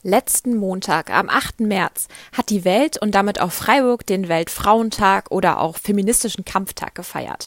Letzten Montag, am 8. März, hat die Welt und damit auch Freiburg den Weltfrauentag oder auch feministischen Kampftag gefeiert.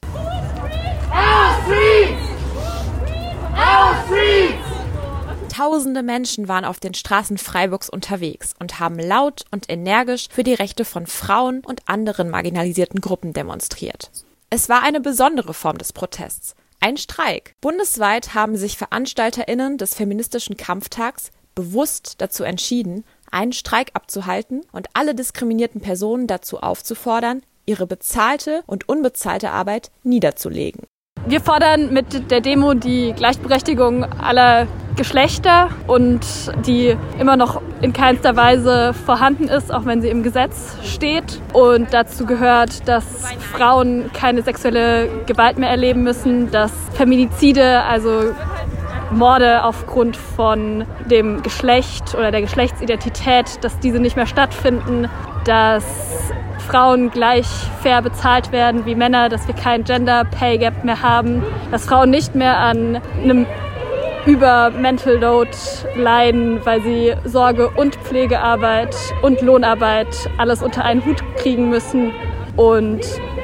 Tausende Menschen waren auf den Straßen Freiburgs unterwegs und haben laut und energisch für die Rechte von Frauen und anderen marginalisierten Gruppen demonstriert. Es war eine besondere Form des Protests, ein Streik. Bundesweit haben sich VeranstalterInnen des feministischen Kampftags bewusst dazu entschieden, einen Streik abzuhalten und alle diskriminierten Personen dazu aufzufordern, ihre bezahlte und unbezahlte Arbeit niederzulegen. Wir fordern mit der Demo die Gleichberechtigung aller Geschlechter und die immer noch in keinster Weise vorhanden ist, auch wenn sie im Gesetz steht. Und dazu gehört, dass Frauen keine sexuelle Gewalt mehr erleben müssen, dass Feminizide, also Morde aufgrund von dem Geschlecht oder der Geschlechtsidentität, dass diese nicht mehr stattfinden, dass Frauen gleich fair bezahlt werden wie Männer, dass wir kein Gender Pay Gap mehr haben, dass Frauen nicht mehr an einem Mental Load leiden, weil sie Sorge- und Pflegearbeit und Lohnarbeit alles unter einen Hut kriegen müssen und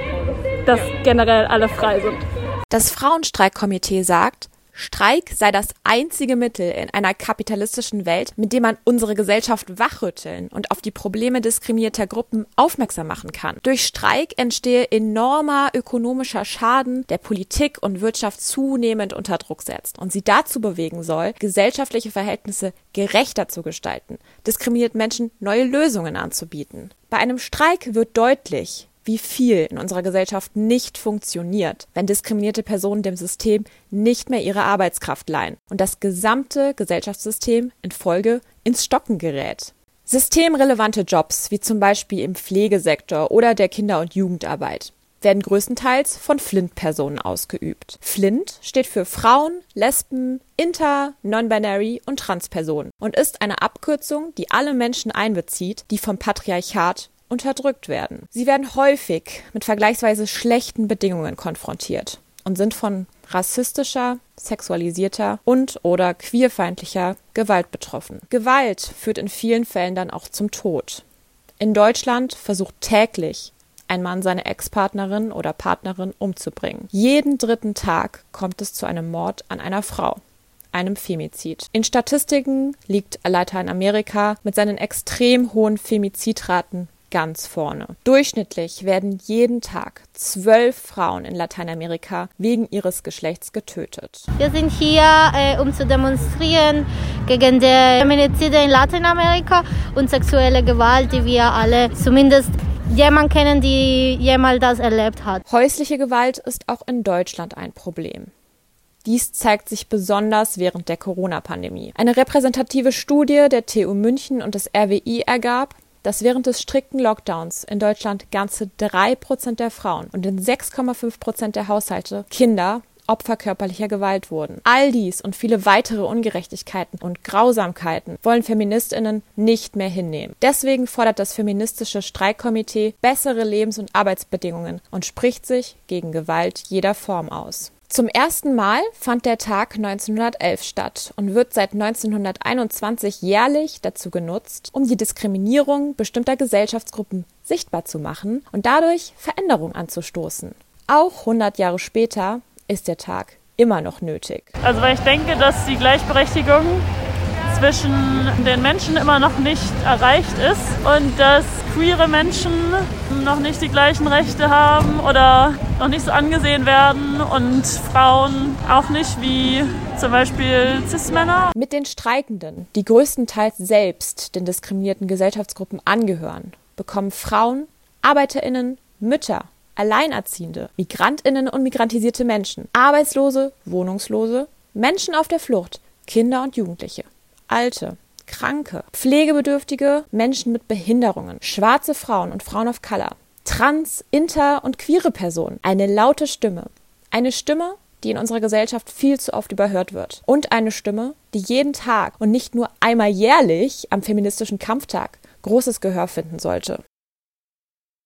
dass generell alle frei sind. Das Frauenstreikkomitee sagt, Streik sei das einzige Mittel in einer kapitalistischen Welt, mit dem man unsere Gesellschaft wachrütteln und auf die Probleme diskriminierter Gruppen aufmerksam machen kann. Durch Streik entstehe enormer ökonomischer Schaden, der Politik und Wirtschaft zunehmend unter Druck setzt und sie dazu bewegen soll, gesellschaftliche Verhältnisse gerechter zu gestalten, diskriminierten Menschen neue Lösungen anzubieten. Bei einem Streik wird deutlich, wie viel in unserer Gesellschaft nicht funktioniert, wenn diskriminierte Personen dem System nicht mehr ihre Arbeitskraft leihen und das gesamte Gesellschaftssystem in Folge ins Stocken gerät. Systemrelevante Jobs, wie zum Beispiel im Pflegesektor oder der Kinder- und Jugendarbeit, werden größtenteils von Flint-Personen ausgeübt. Flint steht für Frauen, Lesben, Inter-, Non-Binary und Trans-Personen und ist eine Abkürzung, die alle Menschen einbezieht, die vom Patriarchat unterdrückt werden. Sie werden häufig mit vergleichsweise schlechten Bedingungen konfrontiert und sind von rassistischer, sexualisierter und/oder queerfeindlicher Gewalt betroffen. Gewalt führt in vielen Fällen dann auch zum Tod. In Deutschland versucht täglich ein Mann seine Ex-Partnerin oder Partnerin umzubringen. Jeden 3. Tag kommt es zu einem Mord an einer Frau, einem Femizid. In Statistiken liegt Lateinamerika mit seinen extrem hohen Femizidraten ganz vorne. Durchschnittlich werden jeden Tag 12 Frauen in Lateinamerika wegen ihres Geschlechts getötet. Wir sind hier, um zu demonstrieren gegen die Feminizide in Lateinamerika und sexuelle Gewalt, die wir alle zumindest jemanden kennen, die jemals das erlebt hat. Häusliche Gewalt ist auch in Deutschland ein Problem. Dies zeigt sich besonders während der Corona-Pandemie. Eine repräsentative Studie der TU München und des RWI ergab, dass während des strikten Lockdowns in Deutschland ganze 3% der Frauen und in 6,5% der Haushalte Kinder Opfer körperlicher Gewalt wurden. All dies und viele weitere Ungerechtigkeiten und Grausamkeiten wollen FeministInnen nicht mehr hinnehmen. Deswegen fordert das feministische Streikkomitee bessere Lebens- und Arbeitsbedingungen und spricht sich gegen Gewalt jeder Form aus. Zum ersten Mal fand der Tag 1911 statt und wird seit 1921 jährlich dazu genutzt, um die Diskriminierung bestimmter Gesellschaftsgruppen sichtbar zu machen und dadurch Veränderung anzustoßen. Auch 100 Jahre später ist der Tag immer noch nötig. Also weil ich denke, dass die Gleichberechtigung zwischen den Menschen immer noch nicht erreicht ist und dass queere Menschen noch nicht die gleichen Rechte haben oder noch nicht so angesehen werden und Frauen auch nicht wie zum Beispiel Cis-Männer. Mit den Streikenden, die größtenteils selbst den diskriminierten Gesellschaftsgruppen angehören, bekommen Frauen, ArbeiterInnen, Mütter, Alleinerziehende, MigrantInnen und migrantisierte Menschen, Arbeitslose, Wohnungslose, Menschen auf der Flucht, Kinder und Jugendliche, Alte, Kranke, Pflegebedürftige, Menschen mit Behinderungen, schwarze Frauen und Frauen of Color, trans-, inter- und queere Personen. Eine laute Stimme. Eine Stimme, die in unserer Gesellschaft viel zu oft überhört wird. Und eine Stimme, die jeden Tag und nicht nur einmal jährlich am feministischen Kampftag großes Gehör finden sollte.